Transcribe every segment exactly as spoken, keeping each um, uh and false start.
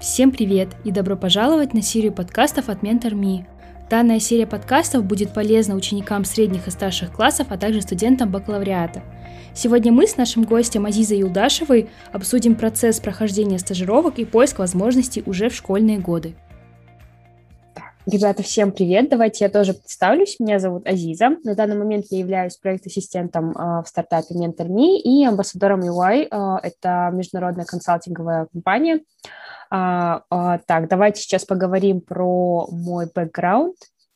Всем привет и добро пожаловать на серию подкастов от MentorMe. Данная серия подкастов будет полезна ученикам средних и старших классов, а также студентам бакалавриата. Сегодня мы с нашим гостем Азизой Юлдашевой обсудим процесс прохождения стажировок и поиск возможностей уже в школьные годы. Ребята, всем привет! Давайте я тоже представлюсь. Меня зовут Азиза. На данный момент я являюсь проект-ассистентом в стартапе MentorMe и амбассадором ю ай. Это международная консалтинговая компания. А, а, так, давайте сейчас поговорим про мой бэкграунд.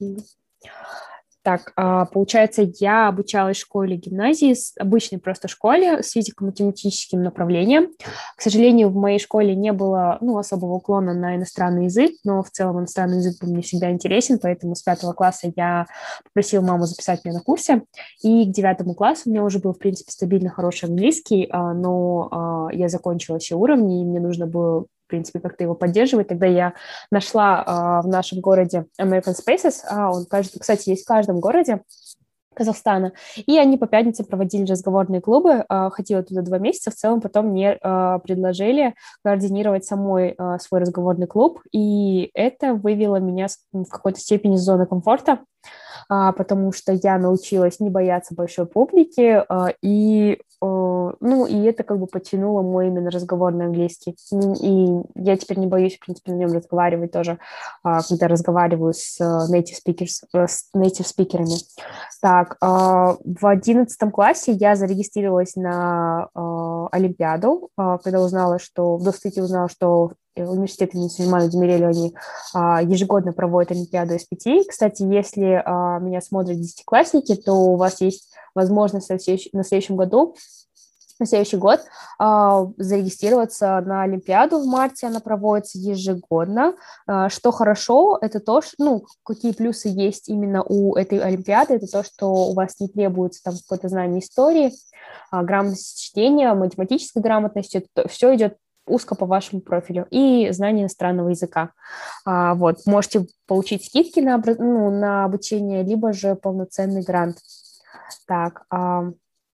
Так, а, получается, я обучалась в школе гимназии, обычной просто школе с физико-математическим направлением. К сожалению, в моей школе не было ну, особого уклона на иностранный язык, но в целом иностранный язык был мне всегда интересен, поэтому с пятого класса я попросила маму записать меня на курсе. И к девятому классу у меня уже был, в принципе, стабильно хороший английский, но я закончила все уровни, и мне нужно было в принципе, как-то его поддерживать. Тогда я нашла а, в нашем городе American Spaces, а, он, кажется, кстати, есть в каждом городе Казахстана, и они по пятницам проводили разговорные клубы, а, ходила туда два месяца, в целом потом мне а, предложили координировать самой а, свой разговорный клуб, и это вывело меня в какой-то степени из зоны комфорта, а, потому что я научилась не бояться большой публики, а, и ну, и это как бы подтянуло мой именно разговорный английский. И я теперь не боюсь, в принципе, на нем разговаривать тоже, когда разговариваю с native speakers, с native спикерами. Так, в одиннадцатом классе я зарегистрировалась на Олимпиаду, когда узнала, что в Доступе узнала, что университет имени Сулеймана Демирелева они а, ежегодно проводят Олимпиаду из пяти. Кстати, если а, меня смотрят десятиклассники, то у вас есть возможность на следующий, на следующем году, на следующий год а, зарегистрироваться на Олимпиаду в марте. Она проводится ежегодно. А, что хорошо, это то, что, ну, какие плюсы есть именно у этой Олимпиады, это то, что у вас не требуется там какое-то знание истории, а, грамотности чтения, математической грамотности, это все идет узко по вашему профилю и знание иностранного языка. А, вот, можете получить скидки на, ну, на обучение, либо же полноценный грант. Так, а...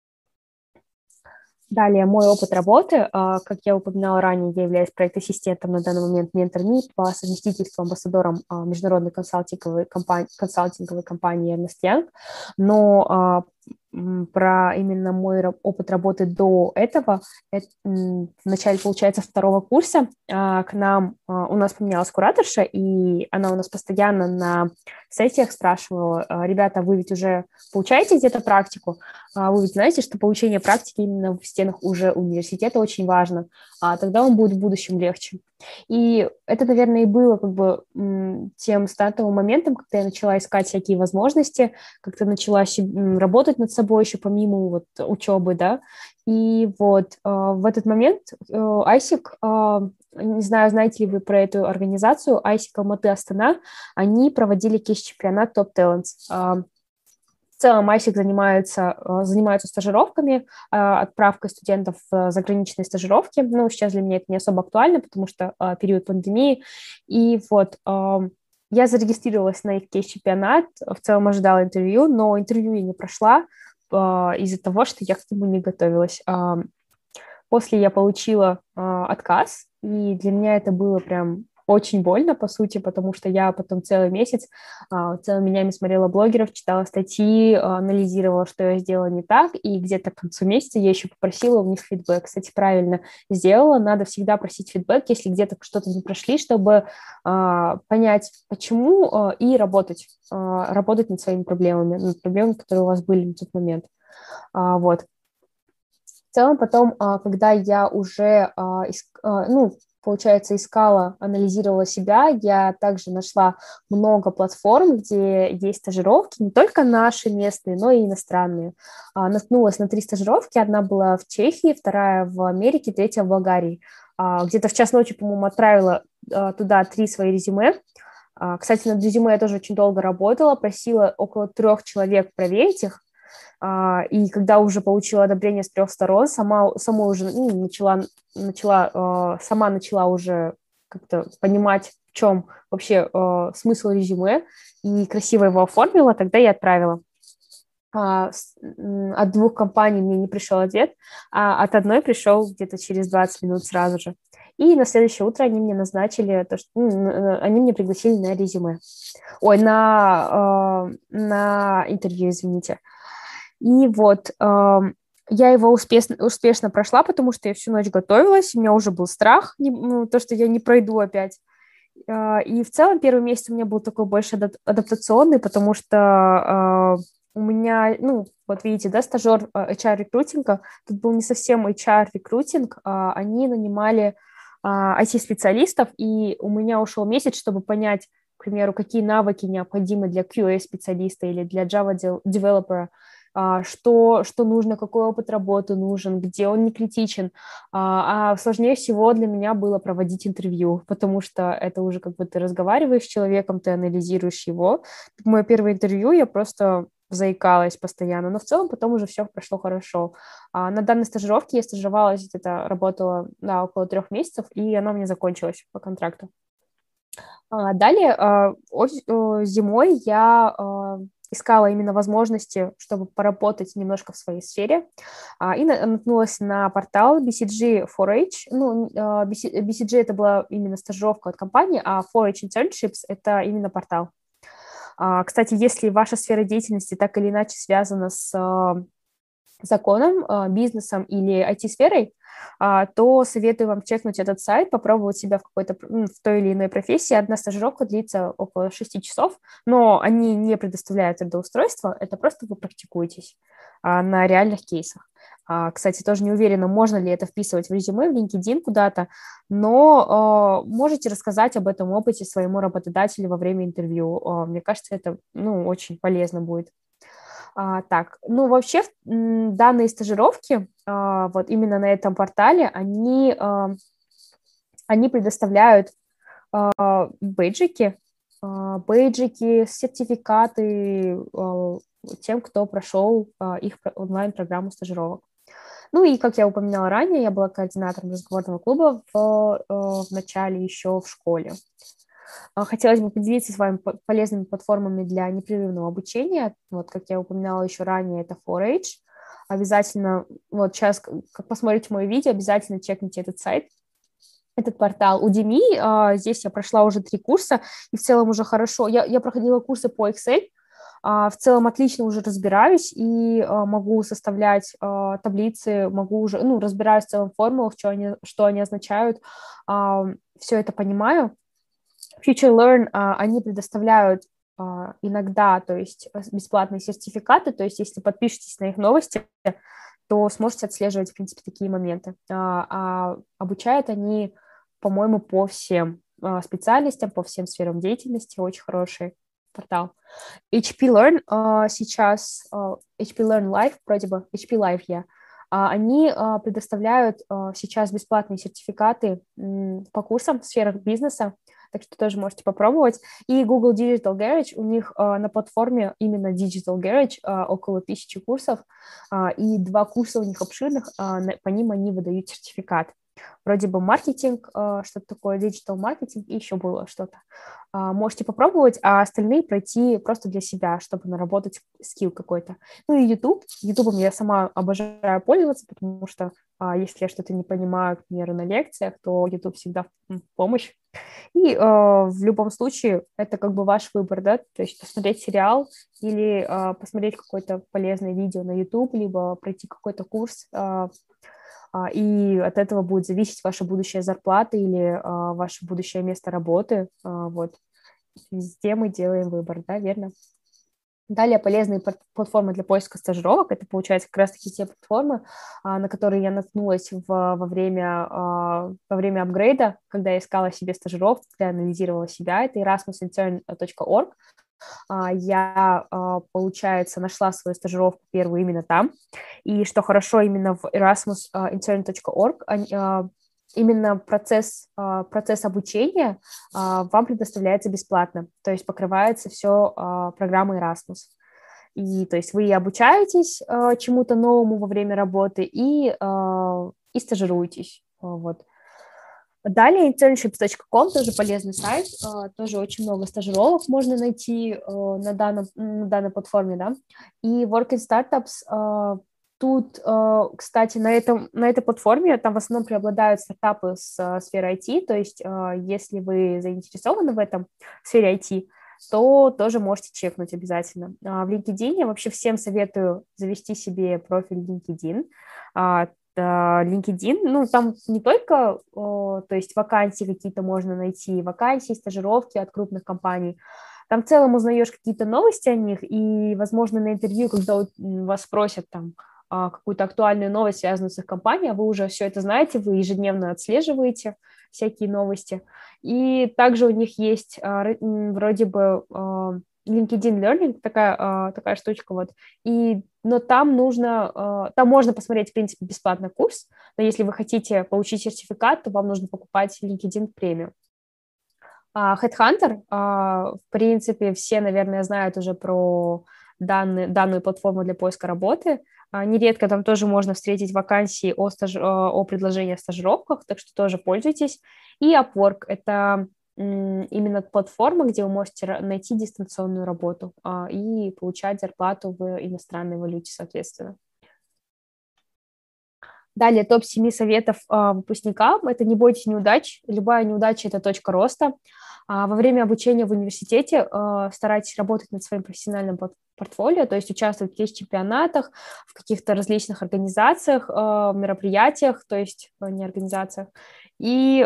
Далее, мой опыт работы. А, как я упоминала ранее, я являюсь проект-ассистентом на данный момент MentorMe по совместительству амбассадором а, международной консалтинговой компании, консалтинговой компании Ernst Young, но а, про именно мой опыт работы до этого, это, в начале, получается, второго курса к нам, у нас поменялась кураторша, и она у нас постоянно на сессиях спрашивала: ребята, вы ведь уже получаете где-то практику, вы ведь знаете, что получение практики именно в стенах уже университета очень важно, а тогда вам будет в будущем легче. И это, наверное, и было как бы тем стартовым моментом, когда я начала искать всякие возможности, как-то начала работать над собой еще помимо вот учебы, да, и вот в этот момент айсик, не знаю, знаете ли вы про эту организацию, айсик Алматы Астана, они проводили кейс-чемпионат Top Talents. В целом айсик занимается, занимаются стажировками, отправкой студентов в заграничные стажировки. Ну, сейчас для меня это не особо актуально, потому что период пандемии. И вот я зарегистрировалась на их кейс-чемпионат, в целом ожидала интервью, но интервью я не прошла из-за того, что я к нему не готовилась. После я получила отказ, и для меня это было прям очень больно, по сути, потому что я потом целый месяц целыми днями смотрела блогеров, читала статьи, анализировала, что я сделала не так, и где-то к концу месяца я еще попросила у них фидбэк. Кстати, правильно сделала, надо всегда просить фидбэк, если где-то что-то не прошли, чтобы понять, почему, и работать, работать над своими проблемами, над проблемами, которые у вас были на тот момент. Вот. В целом потом, когда я уже, ну, получается, искала, анализировала себя, я также нашла много платформ, где есть стажировки, не только наши местные, но и иностранные. Наткнулась на три стажировки, одна была в Чехии, вторая в Америке, третья в Болгарии. Где-то в час ночи, по-моему, отправила туда три свои резюме. Кстати, над резюме я тоже очень долго работала, просила около трех человек проверить их. И когда уже получила одобрение с трех сторон, сама, сама уже ну, начала, начала, сама начала уже как-то понимать, в чем вообще смысл резюме, и красиво его оформила, тогда я отправила. От двух компаний мне не пришел ответ, а от одной пришел где-то через двадцать минут сразу же. И на следующее утро они мне назначили, то, что, ну, они меня пригласили на резюме. Ой, на, э, на интервью, извините. И вот э, я его успешно, успешно прошла, потому что я всю ночь готовилась, у меня уже был страх, не, ну, то, что я не пройду опять. Э, и в целом первый месяц у меня был такой больше адап- адаптационный, потому что э, у меня, ну, вот видите, да, стажер э, эйч ар-рекрутинга, тут был не совсем эйч ар-рекрутинг, а они нанимали ай ти-специалистов, и у меня ушел месяц, чтобы понять, к примеру, какие навыки необходимы для кью эй-специалиста или для Java-девелопера, что, что нужно, какой опыт работы нужен, где он не критичен. А сложнее всего для меня было проводить интервью, потому что это уже как бы ты разговариваешь с человеком, ты анализируешь его. Мое первое интервью я просто заикалась постоянно, но в целом потом уже все прошло хорошо. А на данной стажировке я стажировалась, где-то работала, да, около трех месяцев, и она у меня закончилась по контракту. А далее, а, ось- о, зимой я а, искала именно возможности, чтобы поработать немножко в своей сфере, а, и на- наткнулась на портал би си джи фор эйч. Ну, а, би си би си джи это была именно стажировка от компании, а фор эйч Internships — это именно портал. А, Кстати, если ваша сфера деятельности так или иначе связана с а, законом, а, бизнесом или ай ти-сферой, а, то советую вам чекнуть этот сайт, попробовать себя в какой-то, м, в той или иной профессии. Одна стажировка длится около шести часов, но они не предоставляют трудоустройство, это просто вы практикуетесь а, на реальных кейсах. А, Кстати, тоже не уверена, можно ли это вписывать в резюме, в LinkedIn куда-то, но а, можете рассказать об этом опыте своему работодателю во время интервью. А, Мне кажется, это, ну, очень полезно будет. А, так, ну вообще м, данные стажировки, а, вот именно на этом портале, они, а, они предоставляют а, бейджики, а, бейджики, сертификаты а, тем, кто прошел а, их про- онлайн-программу стажировок. Ну и, как я упоминала ранее, я была координатором разговорного клуба в, э, в начале еще в школе. А, Хотелось бы поделиться с вами по- полезными платформами для непрерывного обучения. Вот, как я упоминала еще ранее, это фор эйч. Обязательно, вот сейчас, к- как посмотрите мое видео, обязательно чекните этот сайт, этот портал. Udemy, а, здесь я прошла уже три курса, и в целом уже хорошо. Я, я проходила курсы по Excel, а, в целом отлично уже разбираюсь и а, могу составлять а, таблицы, могу уже, ну, разбираюсь в целом в формулах, что они, что они означают, а, все это понимаю. Future Learn, а, они предоставляют а, иногда, то есть э, бесплатные сертификаты, то есть если подпишетесь на их новости, то сможете отслеживать, в принципе, такие моменты. А, а обучают они, по-моему, по всем а, специальностям, по всем сферам деятельности, очень хороший портал. эйч пи Learn а, сейчас, а, эйч пи Learn Live, вроде бы, эйч пи Live я, а, они а, предоставляют а, сейчас бесплатные сертификаты м, по курсам в сферах бизнеса, так что тоже можете попробовать. И Google Digital Garage, у них а, на платформе именно Digital Garage а, около тысячи курсов, а, и два курса у них обширных, а, на- по ним они выдают сертификат. Вроде бы маркетинг, а, что-то такое, диджитал маркетинг, и еще было что-то. А, Можете попробовать, а остальные пройти просто для себя, чтобы наработать скилл какой-то. Ну и YouTube. YouTube я сама обожаю пользоваться, потому что а, если я что-то не понимаю, к примеру, на лекциях, то YouTube всегда в в помощь. И э, в любом случае это как бы ваш выбор, да, то есть посмотреть сериал или э, посмотреть какое-то полезное видео на YouTube, либо пройти какой-то курс, э, э, и от этого будет зависеть ваша будущая зарплата или э, ваше будущее место работы, э, вот. Везде мы делаем выбор, да, верно? Далее полезные платформы для поиска стажировок. Это, получается, как раз-таки те платформы, а, на которые я наткнулась в, во, время, а, во время апгрейда, когда я искала себе стажировку, когда я анализировала себя. Это erasmus intern точка org. А, Я, а, получается, нашла свою стажировку первую именно там. И что хорошо, именно в erasmus intern точка org именно процесс, а, процесс обучения а, вам предоставляется бесплатно, то есть покрывается все а, программой Erasmus. И то есть вы обучаетесь а, чему-то новому во время работы и, а, и стажируетесь. А, Вот. Далее internships точка com тоже полезный сайт, а, тоже очень много стажировок можно найти а, на данном, на данной платформе, да. И Work in Startups, а, Тут, э, кстати, на, этом, на этой платформе там в основном преобладают стартапы с э, сферы ай ти, то есть э, если вы заинтересованы в этом, в сфере ай ти, то тоже можете чекнуть обязательно. А в LinkedIn я вообще всем советую завести себе профиль LinkedIn. А, LinkedIn, ну, там не только, о, то есть вакансии какие-то можно найти, вакансии, стажировки от крупных компаний, там в целом узнаешь какие-то новости о них, и, возможно, на интервью, когда вас спросят там какую-то актуальную новость, связанную с их компанией, вы уже все это знаете, вы ежедневно отслеживаете всякие новости. И также у них есть вроде бы LinkedIn Learning, такая, такая штучка вот, и, но там нужно, там можно посмотреть, в принципе, бесплатный курс, но если вы хотите получить сертификат, то вам нужно покупать LinkedIn премиум. Headhunter, в принципе, все, наверное, знают уже про данные, данную платформу для поиска работы. Нередко там тоже можно встретить вакансии о, стаж... о предложениях о стажировках, так что тоже пользуйтесь. И Upwork – это именно платформа, где вы можете найти дистанционную работу и получать зарплату в иностранной валюте, соответственно. Далее топ семи советов выпускникам – это не бойтесь неудач. Любая неудача – это точка роста. Во время обучения в университете старайтесь работать над своим профессиональным портфолио, то есть участвовать в чемпионатах, в каких-то различных организациях, мероприятиях, то есть не организациях, и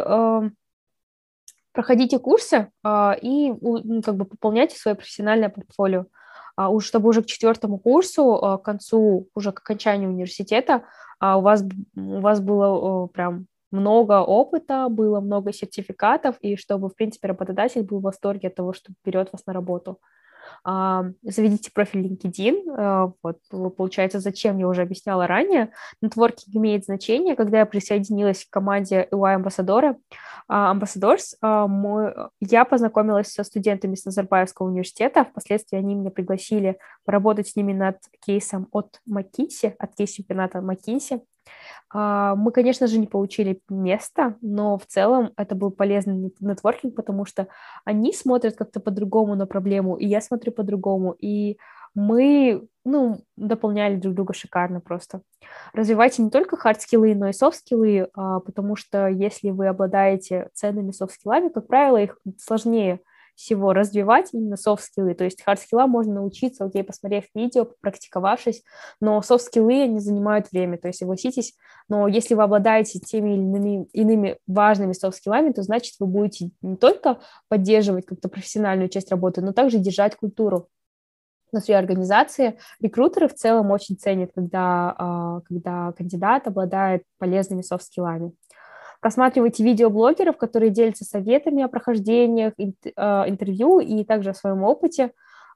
проходите курсы и как бы пополняйте свое профессиональное портфолио. Чтобы уже к четвертому курсу, к концу, уже к окончанию университета у вас, у вас было прям много опыта, было много сертификатов, и чтобы, в принципе, работодатель был в восторге от того, что берет вас на работу. Заведите профиль LinkedIn. Вот, получается, зачем я уже объясняла ранее. Нетворкинг имеет значение. Когда я присоединилась к команде ю ай Ambassador, Ambassadors, я познакомилась со студентами с Назарбаевского университета. Впоследствии они меня пригласили поработать с ними над кейсом от McKinsey, от кейс-чемпионата McKinsey. Мы, конечно же, не получили место, но в целом это был полезный нетворкинг, потому что они смотрят как-то по-другому на проблему, и я смотрю по-другому, и мы, ну, дополняли друг друга шикарно просто. Развивайте не только хард-скиллы, но и софт-скиллы, потому что если вы обладаете ценными софт-скиллами, как правило, их сложнее всего развивать именно софт-скиллы, то есть хард-скилла можно научиться, окей, посмотрев видео, практиковавшись, но софт-скиллы, они занимают время, то есть согласитесь, но если вы обладаете теми или иными, иными важными софт-скиллами, то значит вы будете не только поддерживать как-то профессиональную часть работы, но также держать культуру внутри организации. Рекрутеры в целом очень ценят, когда, когда кандидат обладает полезными софт-скиллами. Просматривайте видеоблогеров, которые делятся советами о прохождениях интервью и также о своем опыте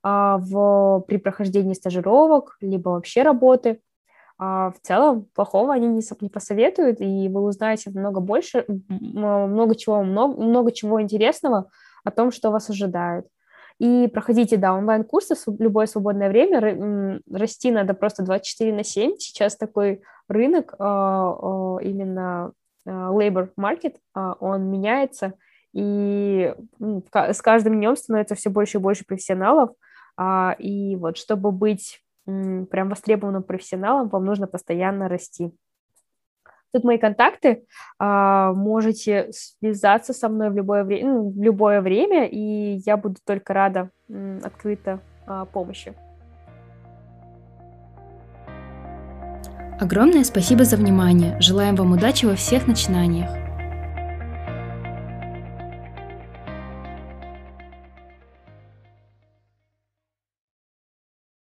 в, при прохождении стажировок, либо вообще работы. В целом плохого они не, не посоветуют, и вы узнаете много больше, много чего, много, много чего интересного о том, что вас ожидает. И проходите, да, онлайн-курсы в любое свободное время. Расти надо просто двадцать четыре на семь. Сейчас такой рынок именно labor market, он меняется, и с каждым днем становится все больше и больше профессионалов, и вот чтобы быть прям востребованным профессионалом, вам нужно постоянно расти. Тут мои контакты, можете связаться со мной в любое время, ну, в любое время, и я буду только рада открыто помощи. Огромное спасибо за внимание. Желаем вам удачи во всех начинаниях.